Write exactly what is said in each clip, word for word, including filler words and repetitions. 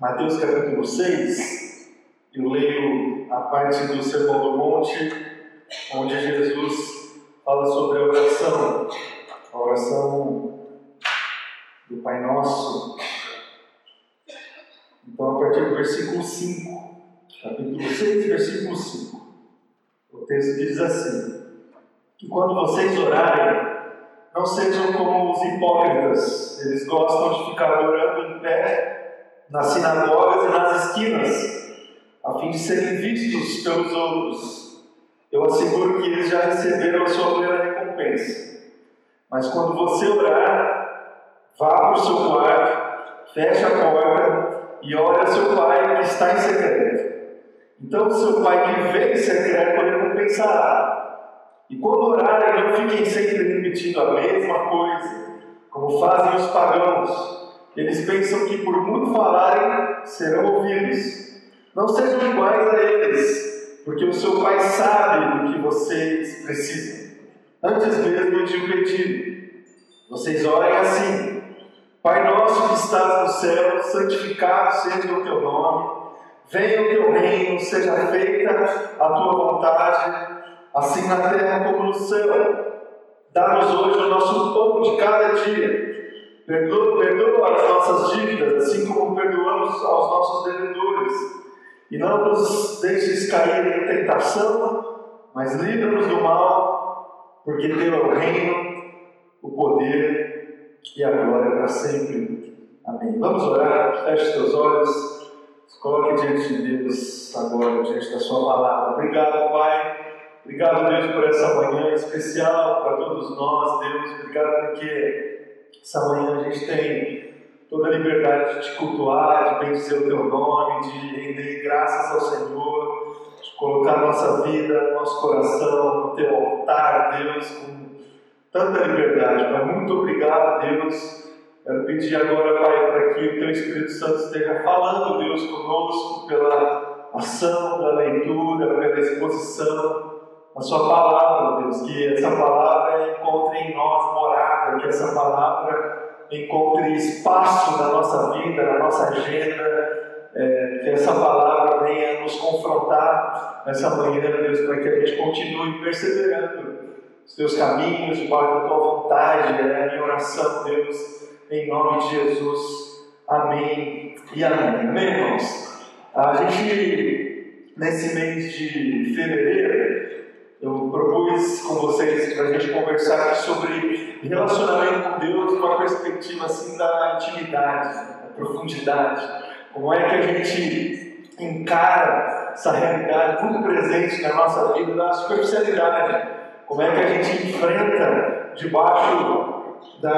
Mateus capítulo seis, eu leio a parte do Sermão do Monte, onde Jesus fala sobre a oração, a oração do Pai Nosso. Então, a partir do versículo cinco, capítulo seis, versículo cinco, o texto diz assim: que quando vocês orarem, não sejam como os hipócritas. Eles gostam de ficar orando em pé nas sinagogas e nas esquinas, a fim de serem vistos pelos outros. Eu asseguro que eles já receberam a sua plena recompensa. Mas quando você orar, vá para o seu quarto, feche a porta e ore a seu Pai que está em secreto. Então o seu Pai que vê em secreto recompensará. E quando orarem, não fiquem sempre repetindo a mesma coisa, como fazem os pagãos. Eles pensam que por muito falarem, serão ouvidos. Não sejam iguais a eles, porque o seu Pai sabe do que vocês precisam, antes mesmo de o pedir. Vocês orem assim: Pai nosso que estás no céu, santificado seja o teu nome, venha o teu reino, seja feita a tua vontade, assim na terra como no céu. Dá-nos hoje o nosso pão de cada dia. Perdoa, perdoa as nossas dívidas, assim como perdoamos aos nossos devedores. E não nos deixes cair em tentação, mas livra-nos do mal, porque teu é o reino, o poder e a glória para sempre. Amém. Vamos orar. Feche teus olhos. Se coloque diante de Deus agora, diante da sua palavra. Obrigado, Pai. Obrigado, Deus, por essa manhã especial para todos nós, Deus. Obrigado porque essa manhã a gente tem toda a liberdade de te cultuar, de bendizer o teu nome, de render graças ao Senhor, de colocar nossa vida, nosso coração no teu altar, Deus, com tanta liberdade. Pai, muito obrigado, Deus. Quero pedir agora, Pai, para que o teu Espírito Santo esteja falando, Deus, conosco pela ação, pela leitura, pela exposição a sua palavra, Deus, que essa palavra encontre em nós morada, que essa palavra encontre espaço na nossa vida, na nossa agenda, é, que essa palavra venha nos confrontar nessa manhã, Deus, para que a gente continue perseverando os teus caminhos, debaixo da tua vontade. É a minha oração, Deus, em nome de Jesus. Amém e amém. Amém, irmãos? A gente, nesse mês de fevereiro, eu propus com vocês para a gente conversar aqui sobre relacionamento com Deus, uma perspectiva assim da intimidade, da profundidade. Como é que a gente encara essa realidade muito presente na nossa vida, da superficialidade. Como é que a gente enfrenta, debaixo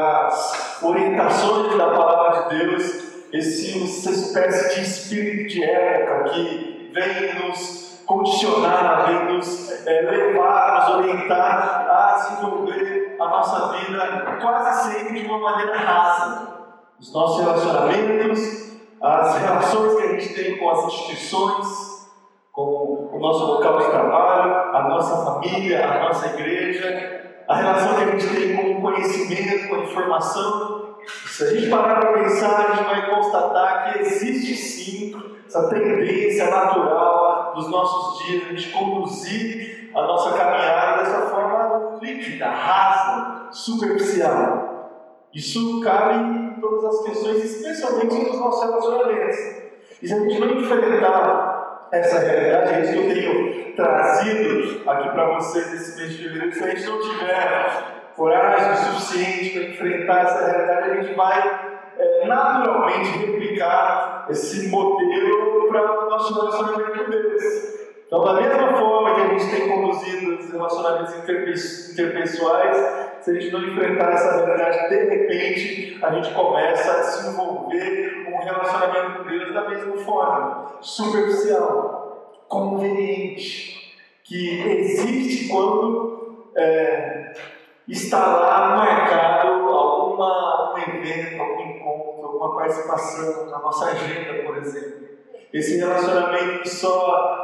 das orientações da palavra de Deus, esse, essa espécie de espírito de época que vem nos condicionar, vem nos é, levar, nos orientar a desenvolver a nossa vida quase sempre de uma maneira rasa. Os nossos relacionamentos, as relações que a gente tem com as instituições, com o nosso local de trabalho, a nossa família, a nossa igreja, a relação que a gente tem com o conhecimento, com a informação. Se a gente parar para pensar, a gente vai constatar que existe sim essa tendência natural dos nossos dias, a gente conduzir a nossa caminhada dessa forma líquida, rasa, superficial. Isso cabe em todas as questões, especialmente nos nossos relacionamentos. E se a gente não enfrentar essa realidade, é isso que eu tenho trazido aqui para vocês nesse mês de fevereiro, se a gente não tiver coragem suficiente para enfrentar essa realidade, a gente vai é, naturalmente replicar esse modelo para o nosso relacionamento com Deus. Então, da mesma forma que a gente tem conduzido os relacionamentos interpessoais, se a gente não enfrentar essa realidade, de repente a gente começa a desenvolver um relacionamento com Deus da mesma forma, superficial, conveniente, que existe quando é, está lá marcado alguma, um evento, algum encontro, alguma participação na nossa agenda, por exemplo. Esse relacionamento que só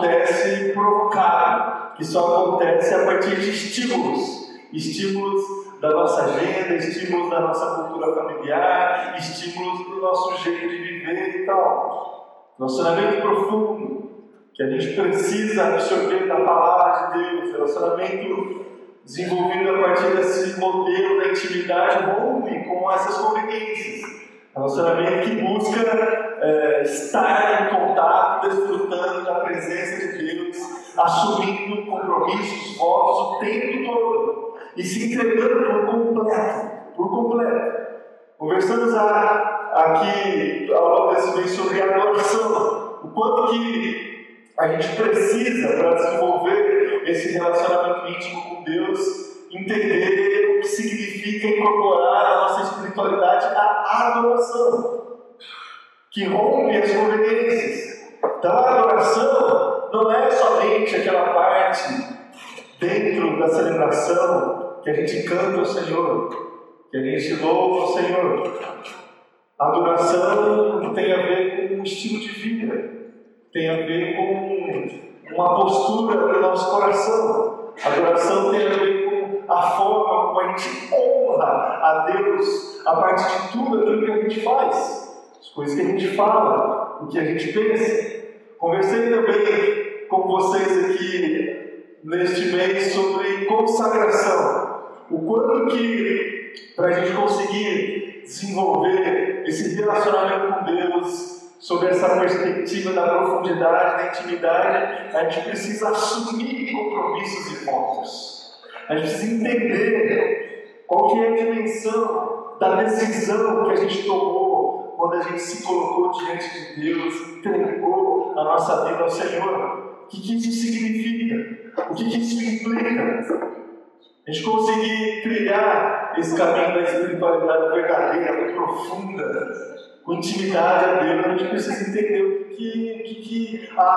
acontece provocado, que só acontece a partir de estímulos, estímulos da nossa agenda, estímulos da nossa cultura familiar, estímulos do nosso jeito de viver e tal. Relacionamento profundo, que a gente precisa absorver da palavra de Deus, relacionamento desenvolvido a partir desse modelo da intimidade, rompe com essas conveniências. Relacionamento que busca é, estar em contato, desfrutando da presença de Deus, assumindo compromissos, votos o tempo todo e se entregando por completo, por completo. Conversamos a, aqui ao longo desse mês sobre adoração, o quanto que a gente precisa para desenvolver esse relacionamento íntimo com Deus, entender o que significa incorporar a nossa espiritualidade à adoração, que rompe as conveniências. Então a adoração não é somente aquela parte dentro da celebração que a gente canta ao Senhor, que a gente louva ao Senhor. A adoração tem a ver com um estilo de vida, tem a ver com uma postura do nosso coração. A adoração tem a ver com a forma como a gente honra a Deus a partir de tudo aquilo que a gente faz, as coisas que a gente fala, o que a gente pensa. Conversei também com vocês aqui neste mês sobre consagração. O quanto que, para a gente conseguir desenvolver esse relacionamento com Deus, sobre essa perspectiva da profundidade, da intimidade, a gente precisa assumir compromissos e votos. A gente precisa entender qual que é a dimensão da decisão que a gente tomou quando a gente se colocou diante de Deus, entregou a nossa vida ao Senhor. O que, que isso significa? O que, que isso implica? A gente conseguir trilhar esse caminho da espiritualidade verdadeira, profunda, com intimidade a Deus, a gente precisa entender o que, que, que a,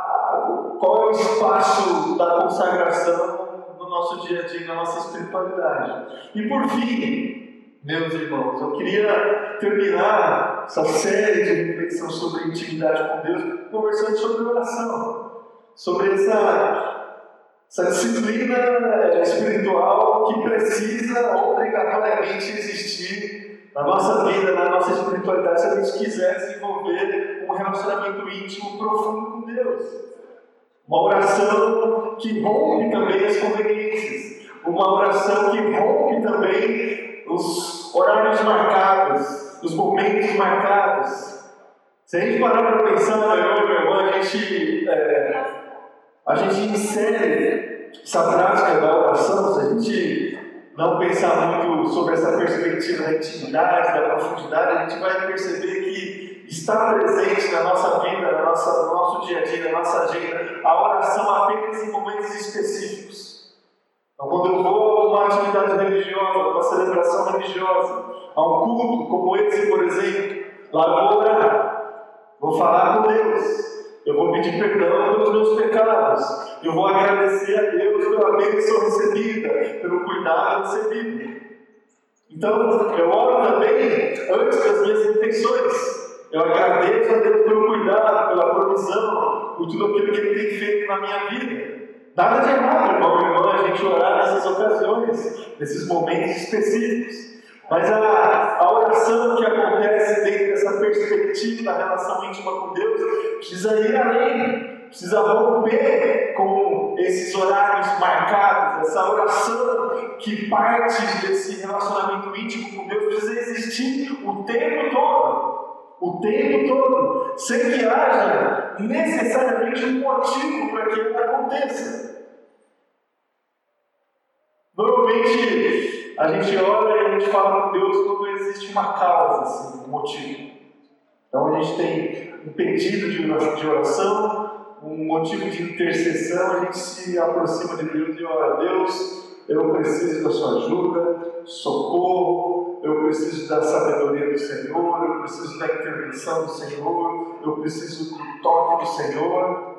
a, qual é o espaço da consagração no nosso dia a dia, na nossa espiritualidade. E por fim, meus irmãos, eu queria terminar essa série de reflexões sobre intimidade com Deus, conversando sobre oração, sobre essa, essa disciplina espiritual que precisa obrigatoriamente existir na nossa vida, na nossa espiritualidade, se a gente quiser desenvolver um relacionamento íntimo profundo com Deus. Uma oração que rompe também as conveniências. Uma oração que rompe também os horários marcados, os momentos marcados. Se a gente parar para pensar, meu irmão, meu irmão, a gente, é, a gente insere essa prática da oração, se a gente não pensar muito sobre essa perspectiva da intimidade, da profundidade, a gente vai perceber que está presente na nossa vida, na nossa, no nosso dia a dia, na nossa agenda, a oração apenas em momentos específicos. Então, quando eu vou a uma atividade religiosa, uma celebração religiosa, a um culto como esse, por exemplo, lá eu vou orar, vou falar com Deus. Eu vou pedir perdão pelos meus pecados. Eu vou agradecer a Deus pela bênção recebida, pelo cuidado recebido. Então, eu oro também antes das minhas intenções. Eu agradeço a Deus pelo cuidado, pela provisão, por tudo aquilo que Ele tem feito na minha vida. Nada de errado, irmão e irmã, a gente orar nessas ocasiões, nesses momentos específicos. Mas a, a oração que acontece dentro dessa perspectiva da relação íntima com Deus precisa ir além, precisa romper com esses horários marcados. Essa oração que parte desse relacionamento íntimo com Deus precisa existir o tempo todo. O tempo todo, sem que haja necessariamente um motivo para que ela aconteça. Normalmente, a gente olha e a gente fala com Deus quando existe uma causa, assim, um motivo. Então a gente tem um pedido de oração, um motivo de intercessão, a gente se aproxima de Deus e ora: Deus, eu preciso da sua ajuda, socorro, eu preciso da sabedoria do Senhor, eu preciso da intervenção do Senhor, eu preciso do toque do Senhor.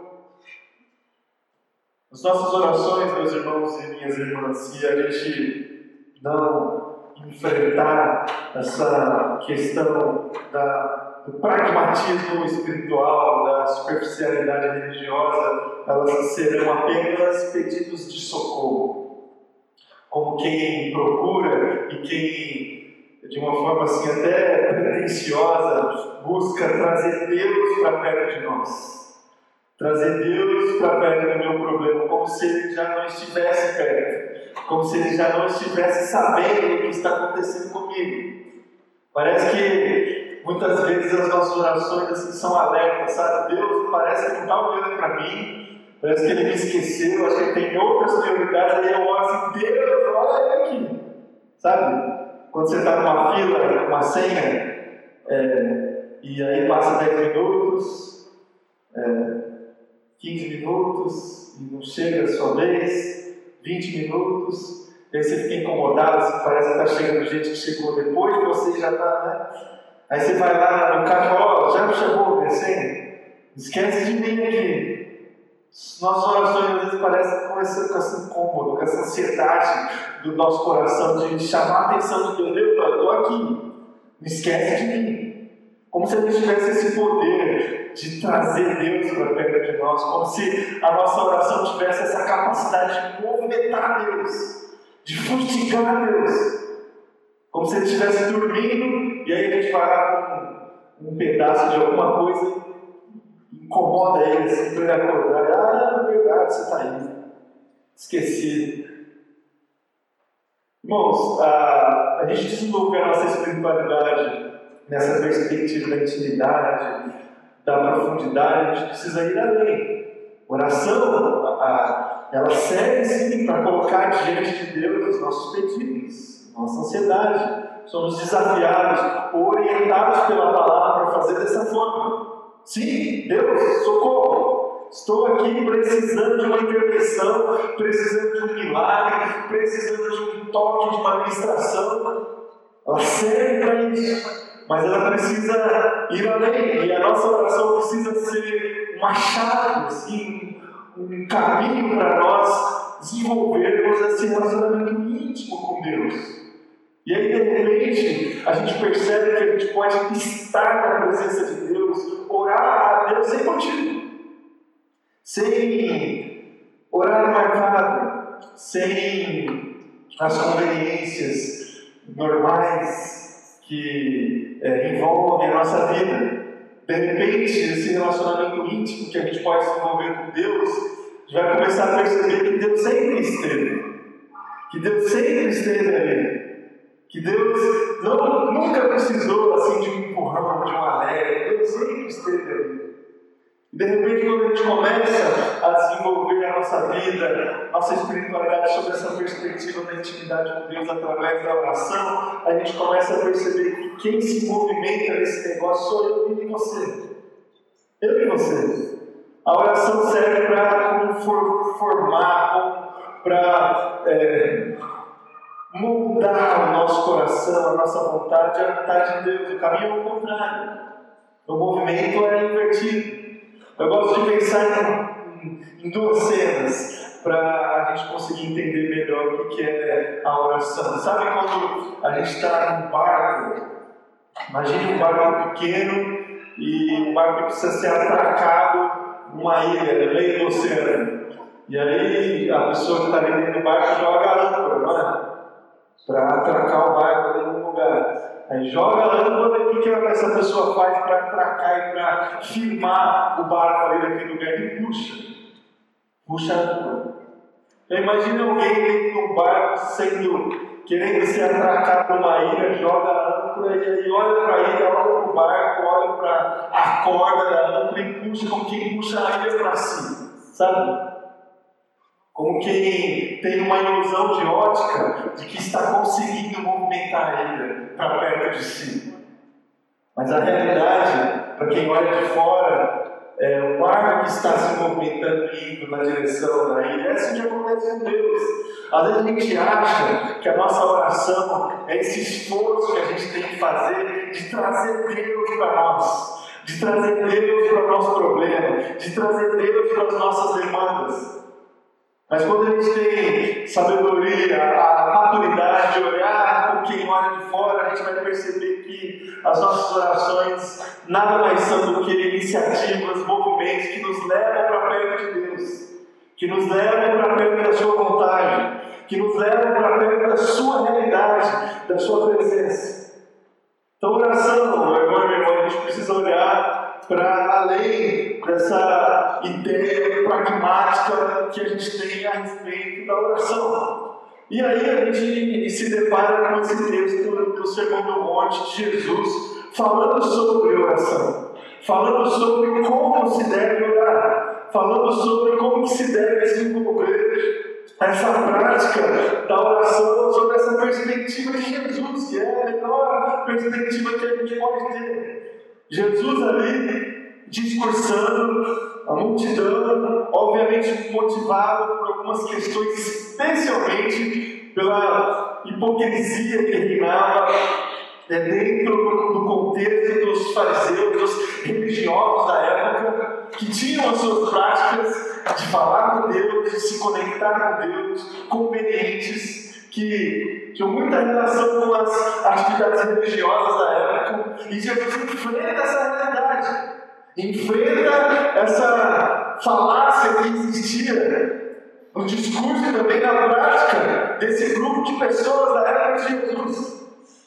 As nossas orações, meus irmãos e minhas irmãs, se a gente não enfrentar essa questão da, do pragmatismo espiritual, da superficialidade religiosa, elas serão apenas pedidos de socorro. como quem procura e quem, de uma forma assim até pretensiosa, busca trazer Deus para perto de nós. Trazer Deus para perto do meu problema, como se Ele já não estivesse perto, como se Ele já não estivesse sabendo o que está acontecendo comigo. Parece que muitas vezes as nossas orações assim, são alertas, sabe? Deus parece que não está olhando para mim, parece que Ele me esqueceu, acho que Ele tem outras prioridades, aí eu oro assim, Deus, olha Ele aqui, sabe? Quando você está numa fila, uma senha, é, e aí passa dez minutos, é, quinze minutos, e não chega a sua vez, vinte minutos, e aí você fica incomodado, assim, parece que está chegando gente que chegou depois de você já está, né? Aí você vai lá no carro e fala, ó, oh, já me chamou o descendo? Esquece de mim aqui. Nossas orações às vezes parecem começando com esse incômodo, com essa ansiedade do nosso coração de chamar a atenção de Deus. Deus, eu estou aqui, não esquece de mim. Como se Ele tivesse esse poder de trazer Deus para perto de nós, como se a nossa oração tivesse essa capacidade de movimentar Deus, de fustigar Deus, como se Ele estivesse dormindo e aí a gente vai lá com um pedaço de alguma coisa e incomoda Ele assim, para Ele acordar. Ah, é verdade, você está aí, esqueci. Irmãos, a, a gente desenvolver a nossa espiritualidade nessa perspectiva da intimidade, da profundidade, a gente precisa ir além. Oração, a, ela serve sim para colocar diante de Deus os nossos pedidos, nossa ansiedade. Somos desafiados, orientados pela palavra para fazer dessa forma. Sim, Deus, socorro! Estou aqui precisando de uma intervenção, precisando de um milagre, precisando de um toque, de uma ministração. Ela serve para isso. Mas ela precisa ir além, e a nossa oração precisa ser uma chave, assim, um caminho para nós desenvolvermos esse relacionamento íntimo com Deus. E aí, de repente, a gente percebe que a gente pode estar na presença de Deus, orar a Deus sem motivo, sem horário marcado, sem as conveniências normais que é, envolve a nossa vida. De repente, esse relacionamento íntimo que a gente pode desenvolver com Deus, a gente vai começar a perceber que Deus sempre esteve, que Deus sempre esteve ali, que Deus não, nunca precisou assim, de um empurrão, de um alerta. Deus sempre esteve ali. E de repente, quando a gente começa a desenvolver a nossa vida, nossa espiritualidade sob essa perspectiva da intimidade com Deus através da oração, a gente começa a perceber que quem se movimenta nesse negócio sou eu e você. Eu e você. A oração serve para formar, para é, moldar o nosso coração, a nossa vontade, a vontade de Deus. O caminho é o contrário. O movimento é invertido. Eu gosto de pensar em, em duas cenas para a gente conseguir entender melhor o que é a oração. Sabe quando a gente está num barco? Imagine um barco pequeno e um barco que precisa ser atracado numa ilha, no meio do oceano. E aí a pessoa que está ali dentro do barco joga a âncora, não é? Para atracar o barco ali num lugar. Aí joga a âncora e o que essa pessoa faz para atracar e para firmar o barco ali naquele lugar? Ele puxa. Puxa a âncora. Então imagina alguém dentro de um barco sendo, querendo ser atracado numa ilha, joga a âncora e aí olha para a ilha, olha para o barco, olha para a corda da âncora e puxa como quem puxa a ilha para si. Sabe? Como quem tem uma ilusão de ótica de que está conseguindo movimentar a ilha para perto de si. Mas a realidade, para quem olha de fora, é o barco que está se movimentando e indo na direção da ilha. É assim que acontece com Deus. Às vezes a gente acha que a nossa oração é esse esforço que a gente tem que fazer de trazer Deus para nós, de trazer Deus para o nosso problema, de trazer Deus para as nossas demandas. Mas quando a gente tem sabedoria, a maturidade de olhar com quem olha de fora, a gente vai perceber que as nossas orações nada mais são do que iniciativas, movimentos que nos levam para perto de Deus, que nos levam para perto da sua vontade, que nos levam para perto da sua realidade, da sua presença. Então, oração, meu irmão e minha irmã, a gente precisa olhar para além dessa ideia pragmática que a gente tem a respeito da oração. E aí a gente se depara com esse texto do Sermão do Monte de Jesus, falando sobre oração, falando sobre como se deve orar, falando sobre como se deve desenvolver essa prática da oração, sobre essa perspectiva de Jesus, que é a melhor perspectiva que a gente pode ter. Jesus ali, discursando, a multidão, obviamente motivado por algumas questões, especialmente pela hipocrisia que reinava é, dentro do contexto dos fariseus, dos religiosos da época, que tinham as suas práticas de falar com Deus, de se conectar com Deus, convenientes, que tinham muita relação com as atividades religiosas da época, e Jesus enfrenta essa realidade, enfrenta essa falácia que existia no discurso e também na prática desse grupo de pessoas da época de Jesus.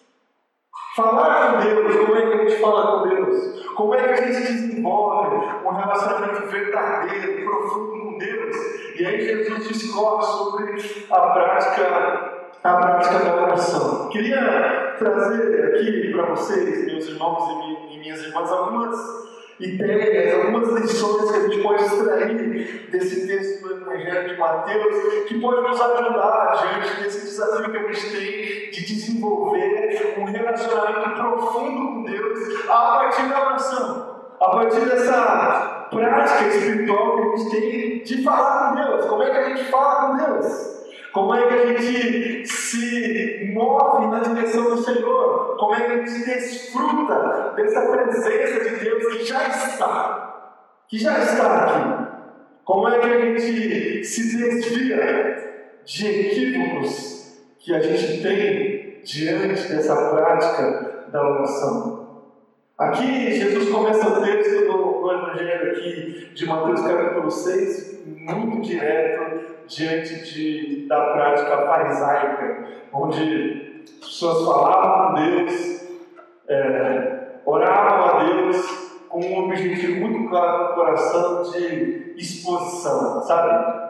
Falar com Deus, como é que a gente fala com Deus? Como é que a gente desenvolve um relacionamento verdadeiro, profundo com Deus? E aí Jesus discorre sobre a prática, a prática da oração. Queria trazer aqui para vocês, meus irmãos e minhas irmãs, algumas ideias, algumas lições que a gente pode extrair desse texto do Evangelho de Mateus, que pode nos ajudar diante desse desafio que a gente tem de desenvolver um relacionamento profundo com Deus a partir da oração, a partir dessa prática espiritual que a gente tem de falar com Deus. Como é que a gente fala com Deus? Como é que a gente se move na direção do Senhor? Como é que a gente desfruta dessa presença de Deus que já está, que já está aqui? Como é que a gente se desvia de equívocos que a gente tem diante dessa prática da oração? Aqui Jesus começa o texto do, do Evangelho aqui de Mateus capítulo seis, muito direto, diante de, da prática farisaica, onde as pessoas falavam com Deus, é, oravam a Deus com um objetivo muito claro no coração de exposição, sabe?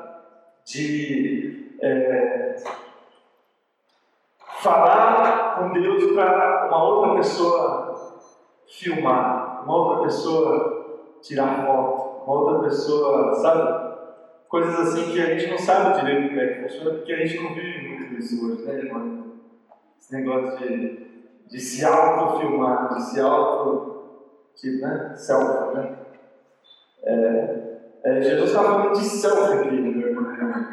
De é, falar com Deus para uma outra pessoa filmar, uma outra pessoa tirar foto, uma outra pessoa, sabe? Coisas assim que a gente não sabe direito como é que funciona, porque a gente não vive muito isso hoje, né, irmão? Esse negócio de, de se autofilmar, de se auto... Tipo, né? Selfie, né? É, é, Jesus está falando de selfie aqui, meu irmão.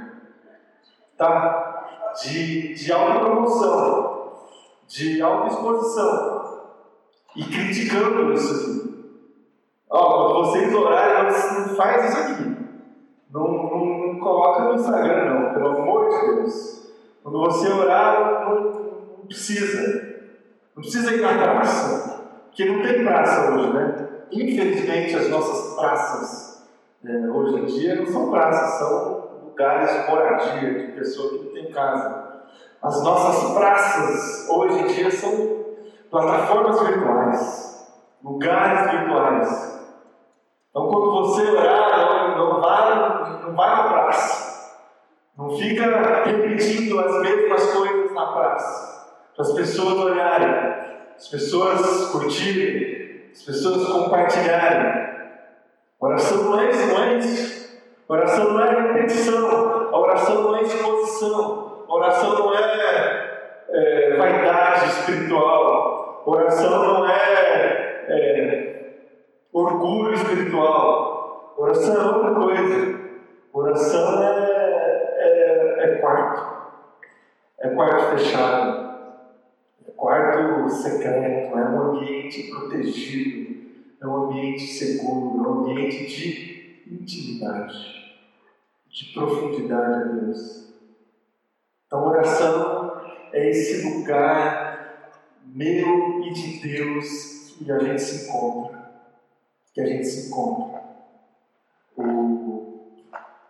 Tá? De, de autopromoção, de autoexposição. E criticando isso aqui. Ó, quando vocês orarem, não faz isso aqui. Não, não, não coloca no Instagram, não, pelo amor de Deus. Quando você orar, não, não precisa. Não precisa ir na praça, porque não tem praça hoje, né? Infelizmente, as nossas praças, é, hoje em dia, não são praças, são lugares de moradia, de pessoa que não tem casa. As nossas praças, hoje em dia, são plataformas virtuais, lugares virtuais. Então, quando você orar, não, não, vai, não vai na praça. Não fica repetindo as mesmas coisas na praça. Para as pessoas olharem, as pessoas curtirem, as pessoas compartilharem. Oração não é isso, não é isso. Oração não é repetição. A oração não é exposição. A oração não é, é vaidade espiritual. A oração não é... é orgulho espiritual. Oração é outra coisa. Oração é, é, é quarto. É quarto fechado. É quarto secreto. É um ambiente protegido. É um ambiente seguro. É um ambiente de intimidade. De profundidade a Deus. Então, oração é esse lugar meu e de Deus que a gente se encontra. Que a gente se encontra. O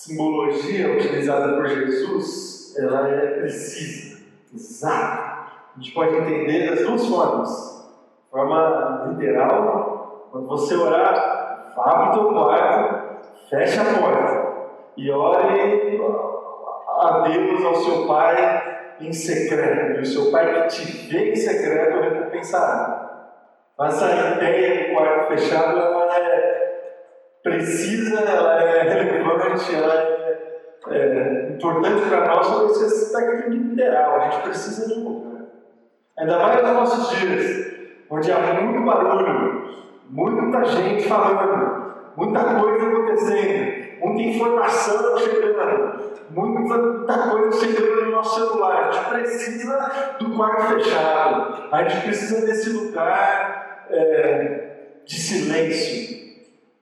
simbologia utilizada por Jesus, ela é precisa, exata. A gente pode entender das duas formas. De forma literal, quando você orar, vá para o teu quarto, feche a porta e ore a Deus, ao seu Pai em secreto. E o seu Pai que te vê em secreto recompensará. Mas a ideia do quarto fechado, ela é precisa, ela é relevante, ela é, é importante para nós sobre esse aspecto literal. A gente precisa de um lugar. Ainda mais nos nossos dias, onde há muito barulho, muita gente falando, muita coisa acontecendo, muita informação chegando, muita, muita coisa chegando no nosso celular. A gente precisa do quarto fechado, a gente precisa desse lugar é, de silêncio,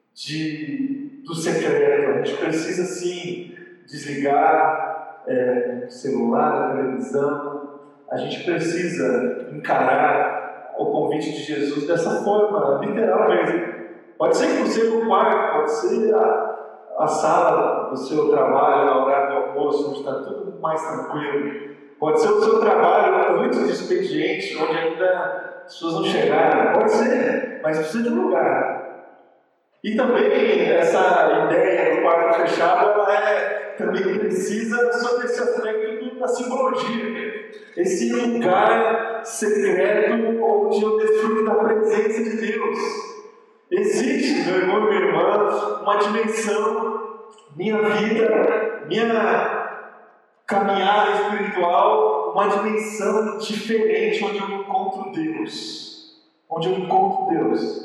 de, do secreto. A gente precisa sim desligar é, o celular, a televisão. A gente precisa encarar o convite de Jesus dessa forma, literal mesmo. Pode ser que você no quarto, pode ser a, a sala do seu trabalho, a hora do almoço, onde está tudo mais tranquilo. Pode ser o seu trabalho antes do expediente, onde ainda as pessoas não chegaram. Pode ser, mas precisa de um lugar. E também essa ideia do quarto fechado, ela é, também precisa sobre esse aspecto da simbologia. Esse lugar secreto onde eu desfruto da presença de Deus. Existe, meu irmão e minha irmã, uma dimensão, minha vida, minha caminhada espiritual, uma dimensão diferente onde eu encontro Deus. Onde eu encontro Deus.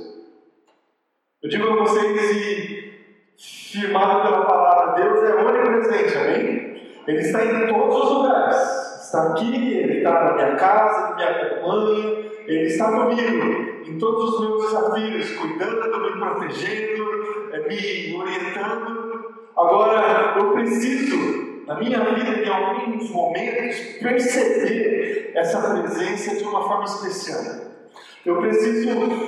Eu digo a vocês que, firmado pela palavra, Deus é onipresente, amém? Ele está em todos os lugares. Está aqui, Ele está na minha casa, Ele me acompanha, Ele está comigo em todos os meus desafios, cuidando, me protegendo, me orientando. Agora, eu preciso, na minha vida, em alguns momentos, perceber essa presença de uma forma especial. Eu preciso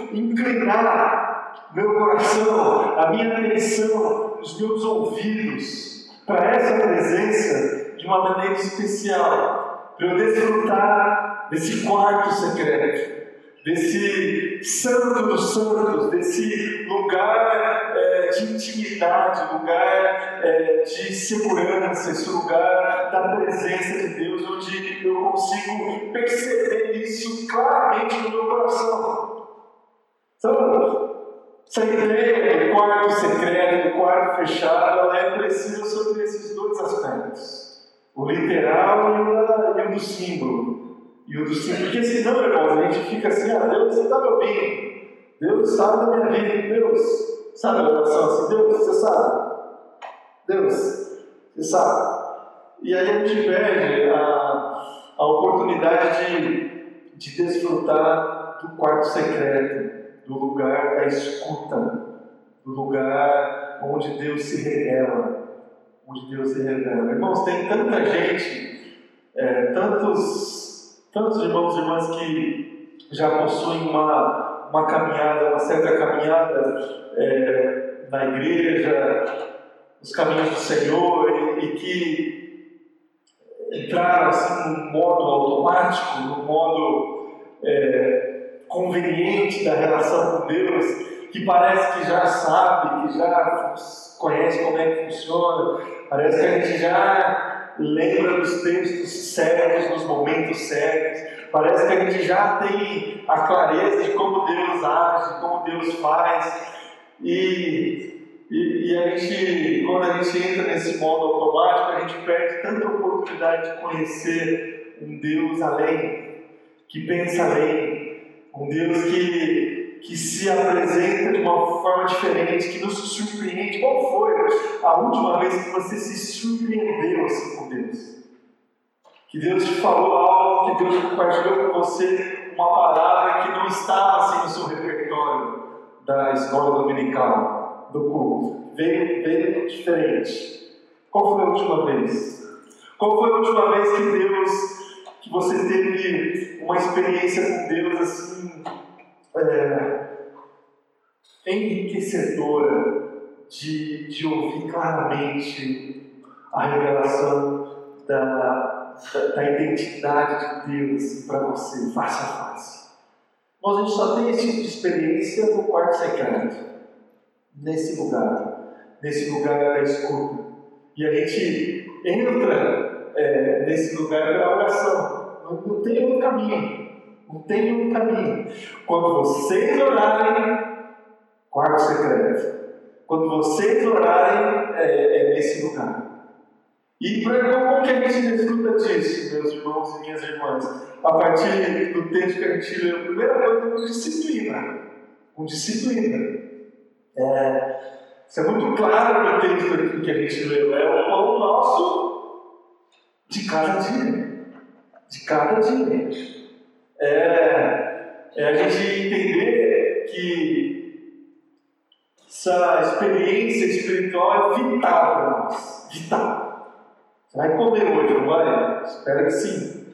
inclinar meu coração, a minha atenção, os meus ouvidos para essa presença de uma maneira especial, para eu desfrutar desse quarto secreto, desse santo dos santos, desse lugar é, de intimidade, lugar é, de segurança, esse lugar da presença de Deus, onde eu consigo perceber isso claramente no meu coração. Então, essa ideia do quarto secreto, do quarto fechado, ela é precisa sobre esses dois aspectos. O literal e o, da, e o do símbolo. E o do símbolo. Porque senão, irmãos, a gente fica assim, ah, Deus, você está me ouvindo. Deus sabe da minha vida. Deus sabe a oração assim. Deus, você sabe. Deus, você sabe. E aí a gente perde a, a oportunidade de, de desfrutar do quarto secreto, do lugar da escuta, do lugar onde Deus se revela, onde Deus se revela. Irmãos, tem tanta gente, é, tantos, tantos irmãos e irmãs que já possuem uma, uma caminhada, uma certa caminhada é, na igreja, os caminhos do Senhor, e, e que entraram assim num modo automático, num modo é, conveniente da relação com Deus, que parece que já sabe, que já conhece como é que funciona, parece que a gente já lembra dos textos certos, dos momentos certos, parece que a gente já tem a clareza de como Deus age, de como Deus faz, e, e, e a gente, quando a gente entra nesse modo automático, a gente perde tanta oportunidade de conhecer um Deus além, que pensa além, um Deus que, que se apresenta de uma forma diferente, que nos surpreende. Qual foi a última vez que você se surpreendeu assim com Deus? Que Deus te falou algo, que Deus compartilhou com você uma palavra que não estava assim no seu repertório da escola dominical, do culto. Veio, veio diferente. Qual foi a última vez? Qual foi a última vez que Deus... que você teve uma experiência com Deus assim, é, enriquecedora, de, de ouvir claramente a revelação da, da, da identidade de Deus para você, face a face. Mas a gente só tem esse tipo de experiência no quarto secreto, nesse lugar, nesse lugar da escuta. E a gente entra é, nesse lugar da oração. Não, não tem outro caminho. Não tem outro caminho. Quando vocês orarem, quarto secreto. Quando vocês orarem, é, é nesse lugar. E pra, como que a gente desfruta disso, meus irmãos e minhas irmãs? A partir do texto que a gente leu, a primeira coisa é com disciplina. Com disciplina. É, isso é muito claro no texto aqui que a gente leu. É o pão nosso de cada dia. De cada dia. É, é a gente entender que essa experiência espiritual é vital para nós. Vital. Você vai comer hoje, não vai? Espero que sim.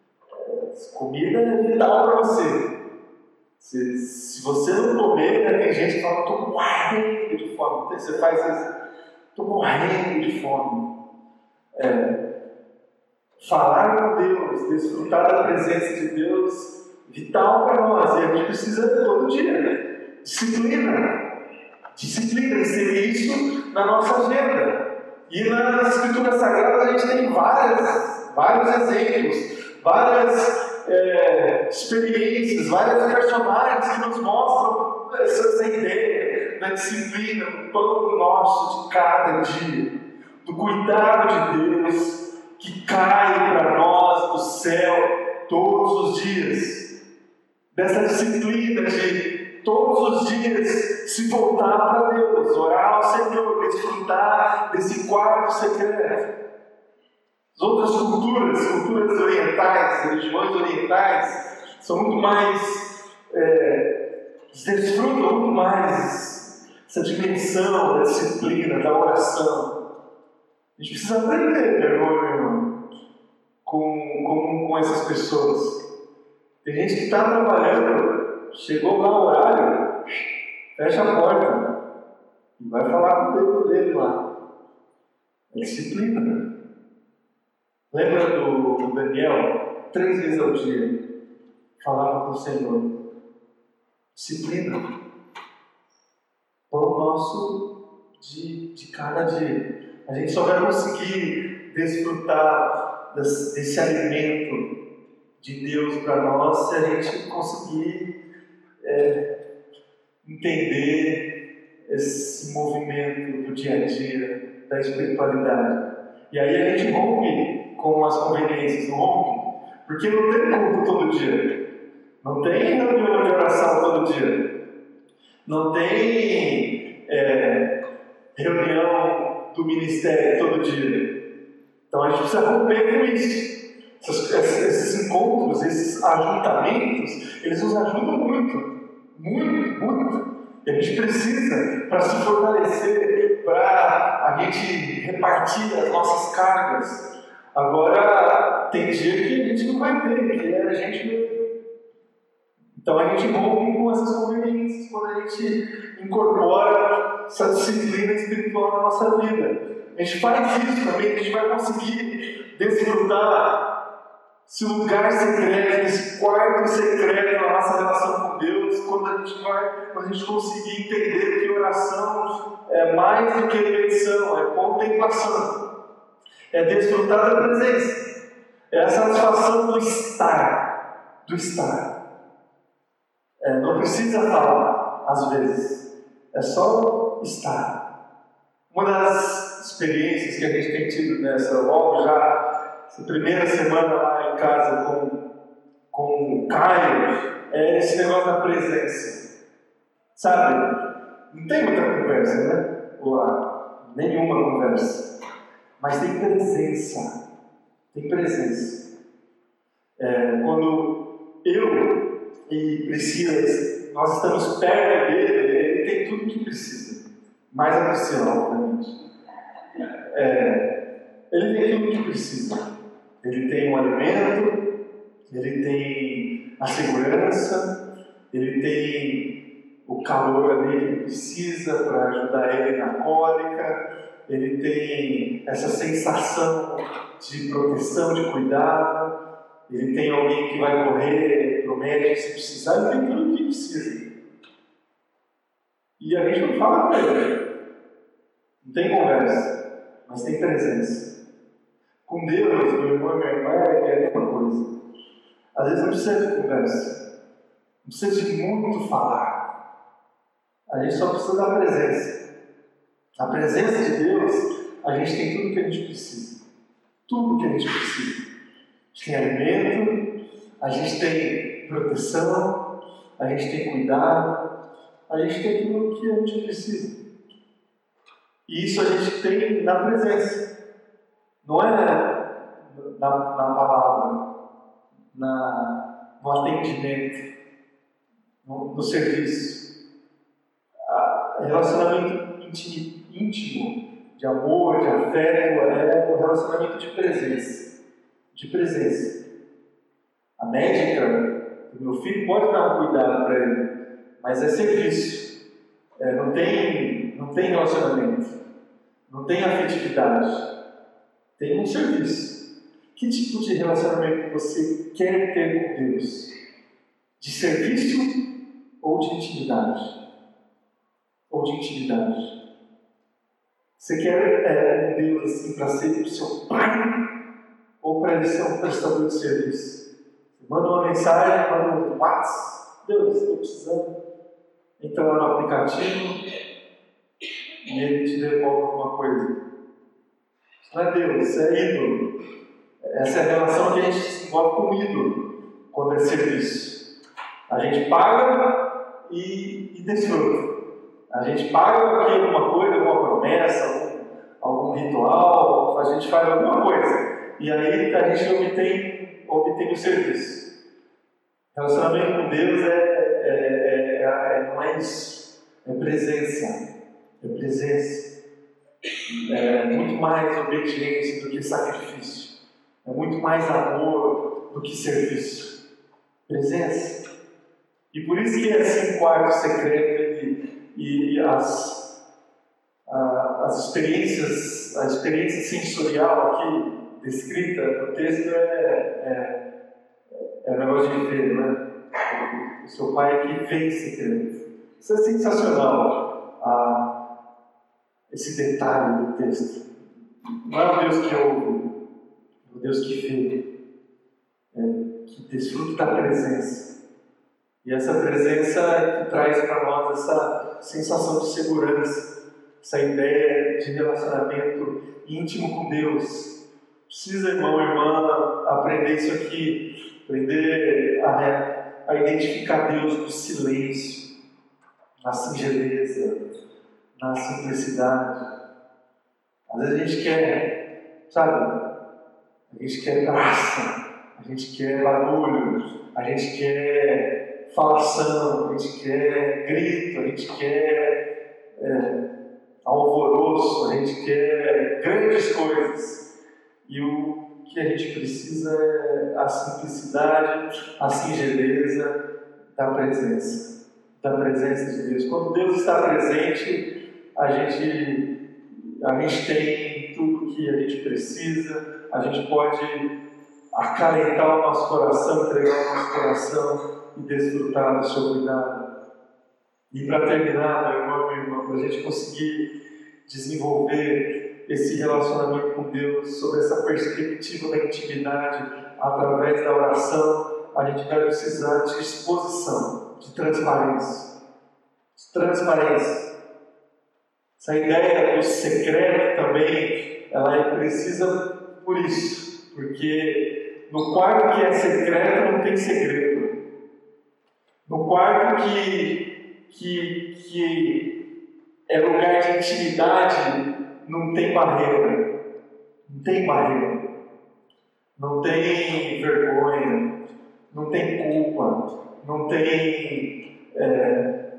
Comida é vital para você. Se, se você não comer, né, tem gente que fala, estou morrendo de fome. Você faz isso, estou morrendo de fome. É, falar com Deus, desfrutar da presença de Deus, vital para nós. E a gente precisa todo dia. Disciplina. Disciplina, inserir isso na nossa agenda. E nas Escrituras Sagradas a gente tem várias, vários exemplos, várias é, experiências, vários personagens que nos mostram essa, essa ideia da disciplina, do pão nosso de cada dia, do cuidado de Deus que cai para nós do céu todos os dias, dessa disciplina de todos os dias se voltar para Deus, orar ao Senhor, desfrutar desse quarto secreto. As outras culturas, culturas orientais, religiões orientais, são muito mais, é, desfrutam muito mais essa dimensão da disciplina, da oração. A gente precisa aprender, meu irmão, meu irmão, com, com, com essas pessoas. Tem gente que está trabalhando, chegou lá o horário, fecha a porta e vai falar com o Deus dele lá. É disciplina. Lembra do, do Daniel? Três vezes ao dia falava com o Senhor. Disciplina. Pão nosso de, de cada dia. A gente só vai conseguir desfrutar desse, desse alimento de Deus para nós se a gente conseguir é, entender esse movimento do dia a dia, da espiritualidade. E aí a gente rompe com as conveniências, não rompe? Porque não tem culto todo dia, não tem reunião de oração todo dia, não tem é, reunião do ministério todo dia. Então a gente precisa romper com isso. Esses, esses encontros, esses ajuntamentos, eles nos ajudam muito, muito, muito. E a gente precisa, para se fortalecer, para a gente repartir as nossas cargas. Agora, tem dia que a gente não vai ter, que é a gente mesmo. Então a gente rompe com essas conveniências quando a gente incorpora essa disciplina espiritual na nossa vida. A gente faz isso também, a gente vai conseguir desfrutar esse lugar secreto, esse quarto secreto na nossa relação com Deus, quando a gente vai, quando a gente conseguir entender que oração é mais do que petição, é contemplação, é desfrutar da presença, é a satisfação do estar, do estar. É, não precisa falar, às vezes, é só estar. Uma das experiências que a gente tem tido nessa, logo já, essa primeira semana lá em casa com, com o Caio, é esse negócio da presença. Sabe? Não tem muita conversa, né? Lá, nenhuma conversa. Mas tem presença. Tem presença. É, quando eu e Priscila, nós estamos perto dele, ele tem tudo o que precisa. Mais a Priscila, obviamente. É, ele tem tudo o que precisa. Ele tem o alimento, ele tem a segurança, ele tem o calor ali que ele precisa para ajudar ele na cólica, ele tem essa sensação de proteção, de cuidado, ele tem alguém que vai correr para o médico se precisar, ele tem tudo o que precisa. E a gente não fala com ele, não tem conversa, mas tem presença. Com Deus, meu irmão e minha irmã, é a mesma coisa. Às vezes não precisa de conversa, não precisa de muito falar, a gente só precisa da presença. A presença de Deus, a gente tem tudo que a gente precisa, tudo que a gente precisa. A gente tem alimento, a gente tem proteção, a gente tem cuidado, a gente tem tudo o que a gente precisa. E isso a gente tem na presença, não é na, na, na palavra, na, no atendimento, no, no serviço. A, relacionamento íntimo, íntimo, de amor, de afeto, é um relacionamento de presença. De presença. A médica do meu filho pode dar um cuidado para ele, mas é serviço. É, não tem, não tem relacionamento, não tem afetividade, tem um serviço. Que tipo de relacionamento você quer ter com Deus? De serviço ou de intimidade? Ou de intimidade? Você quer é, um Deus assim para ser o seu pai? Ou para ele ser um prestador de serviço? Você manda uma mensagem, manda um WhatsApp. Deus, estou precisando. Entra lá no aplicativo e ele te devolve alguma coisa. Isso não é Deus, isso é ídolo. Essa é a relação que a gente desenvolve com o ídolo quando é serviço. A gente paga e, e desfruta. A gente paga porque alguma coisa, alguma promessa, algum, algum ritual, a gente faz alguma coisa. E aí a gente obtém, obtém o serviço. Relacionamento com Deus é, é, é, é, não é isso. É presença. É presença. É muito mais obediência do que sacrifício. É muito mais amor do que serviço. Presença. E por isso que esse quarto secreto e, e as, a, as experiências, a experiência sensorial aqui descrita no texto é, é, é um negócio de ver, né? O seu pai que vê em secreto. Isso é sensacional, ah, esse detalhe do texto. Não é um Deus que ouve, é um Deus que vê, é, que desfruta da presença. E essa presença que traz para nós essa sensação de segurança, essa ideia de relacionamento íntimo com Deus. Precisa, irmão, irmã, aprender isso aqui, aprender a, a identificar Deus no silêncio, na singeleza, na simplicidade. Às vezes a gente quer, sabe, a gente quer graça, a gente quer barulho, a gente quer falação, a gente quer grito, a gente quer é, alvoroço, a gente quer grandes coisas. E o que a gente precisa é a simplicidade, a singeleza da presença, da presença de Deus. Quando Deus está presente, a gente, a gente tem tudo o que a gente precisa, a gente pode acalentar o nosso coração, entregar o nosso coração e desfrutar do seu cuidado. E para terminar, meu irmão, minha irmã, para a gente conseguir desenvolver esse relacionamento com Deus, sobre essa perspectiva da intimidade através da oração, a gente vai precisar de exposição, de transparência. De transparência. Essa ideia do secreto também, ela é precisa por isso, porque no quarto que é secreto não tem segredo. No quarto que, que, que é lugar de intimidade, não tem barreira, não tem barreira, não tem vergonha, não tem culpa, não tem é,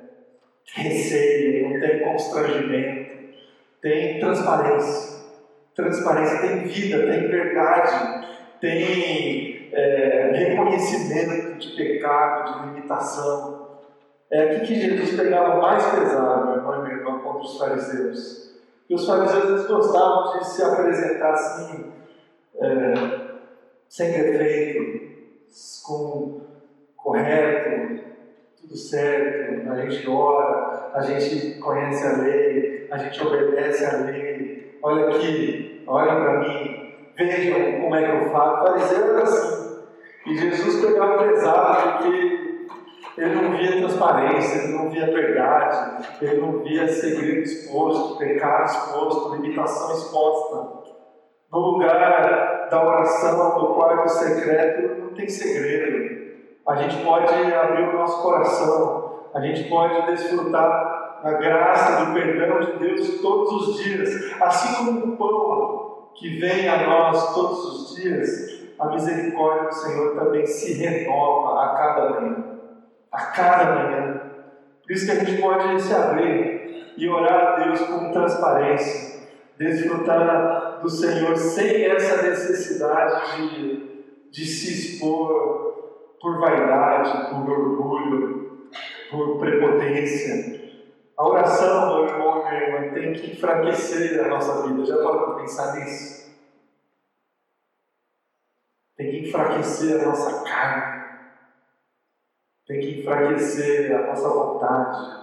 receio, não tem constrangimento, tem transparência, transparência, tem vida, tem verdade, tem é, reconhecimento de pecado, de limitação. É aqui que Jesus pegava mais pesado, meu irmão e minha irmã, contra os fariseus. E os fariseus eles gostavam de se apresentar assim, é, sem defeito, com correto, tudo certo, a gente ora, a gente conhece a lei, a gente obedece a lei. Olha aqui, olha para mim, vejam como é que eu faço. O fariseu era assim. E Jesus pegava pesado porque ele não via transparência, ele não via verdade, ele não via segredo exposto, pecado exposto, limitação exposta. No lugar da oração, do quarto secreto, não tem segredo. A gente pode abrir o nosso coração, a gente pode desfrutar da graça, do perdão de Deus todos os dias, assim como o pão que vem a nós todos os dias, a misericórdia do Senhor também se renova a cada manhã, a cada manhã. Por isso que a gente pode se abrir e orar a Deus com transparência, desfrutar do Senhor sem essa necessidade de, de se expor por vaidade, por orgulho, por prepotência. A oração, meu irmão e minha irmã, tem que enfraquecer a nossa vida. Já parou para pensar nisso? Tem que enfraquecer a nossa carne. Tem que enfraquecer a nossa vontade.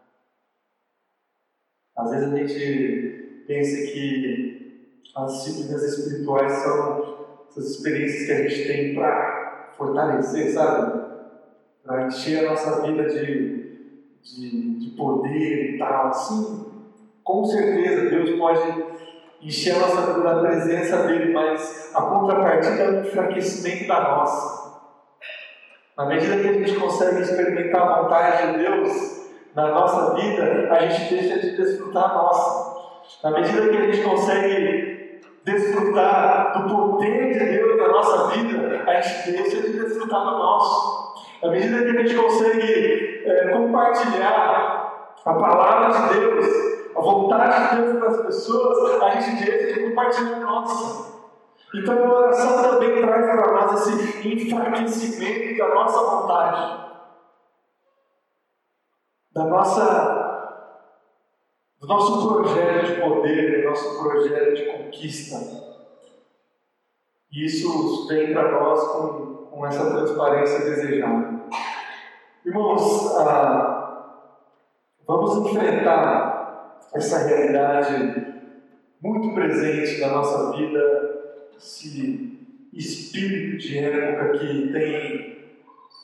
Às vezes a gente pensa que as disciplinas espirituais são essas experiências que a gente tem para fortalecer, sabe? Para encher a nossa vida de, de, de poder e tal. Sim, com certeza Deus pode encher a nossa vida da presença dele, mas a contrapartida é o enfraquecimento da nossa. Na medida que a gente consegue experimentar a vontade de Deus na nossa vida, a gente deixa de desfrutar a nossa. Na medida que a gente consegue desfrutar do poder de Deus na nossa vida, a gente deixa de desfrutar do nosso. À medida que a gente consegue é, compartilhar a palavra de Deus, a vontade de Deus para as pessoas, a gente deixa de compartilhar a nossa. Então a oração também traz para nós esse enfraquecimento da nossa vontade, da nossa do nosso projeto de poder, do nosso projeto de conquista. E isso vem para nós com, com essa transparência desejada. Irmãos, ah, vamos enfrentar essa realidade muito presente na nossa vida, esse espírito de época que tem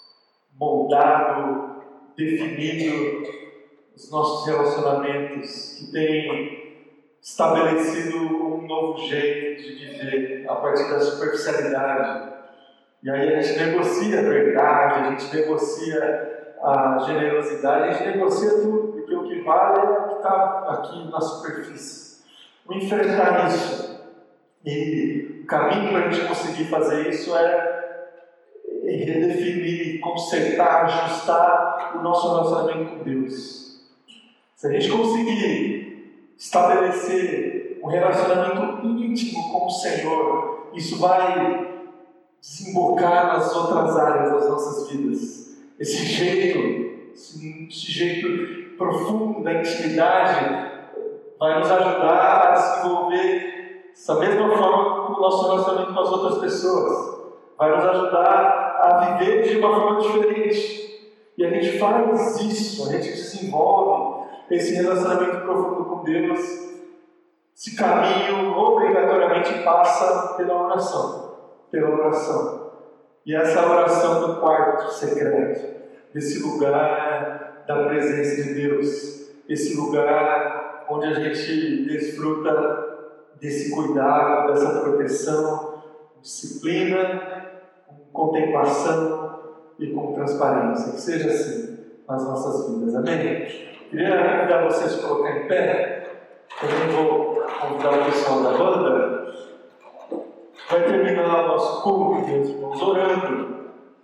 moldado, definido os nossos relacionamentos, que tem estabelecido um novo jeito de viver a partir da superficialidade. E aí a gente negocia a verdade, a gente negocia a generosidade, a gente negocia tudo, porque o que vale é o que está aqui na superfície. Vamos enfrentar isso. E o caminho para a gente conseguir fazer isso é redefinir, consertar, ajustar o nosso relacionamento com Deus. Se a gente conseguir estabelecer um relacionamento íntimo com o Senhor, isso vai desembocar nas outras áreas das nossas vidas. Esse jeito, esse jeito profundo da intimidade vai nos ajudar a desenvolver essa mesma forma com o nosso relacionamento com as outras pessoas. Vai nos ajudar a viver de uma forma diferente. E a gente faz isso, a gente desenvolve esse relacionamento profundo com Deus. Esse caminho obrigatoriamente passa pela oração, pela oração. E essa oração do quarto secreto, desse lugar da presença de Deus, esse lugar onde a gente desfruta desse cuidado, dessa proteção, com disciplina, com contemplação e com transparência. Que seja assim nas nossas vidas. Amém? Queria convidar vocês a colocar em pé. Também vou convidar o pessoal da banda. Vai terminar o nosso culto, meus irmãos, orando.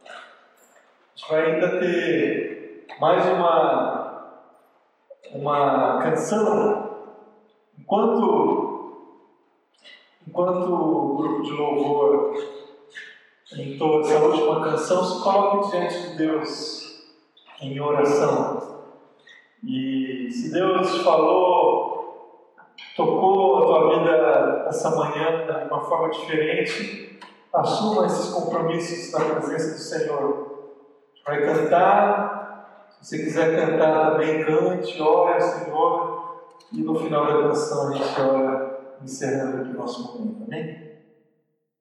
A gente vai ainda ter mais uma, uma canção. Enquanto, enquanto o grupo de louvor entoa essa última canção, se coloque diante de Deus em oração. E se Deus falou, tocou a tua vida essa manhã de uma forma diferente, assuma esses compromissos na presença do Senhor. Vai cantar, se você quiser cantar também, cante, ore ao Senhor, e no final da canção a gente ora, encerrando aqui o nosso momento. Amém?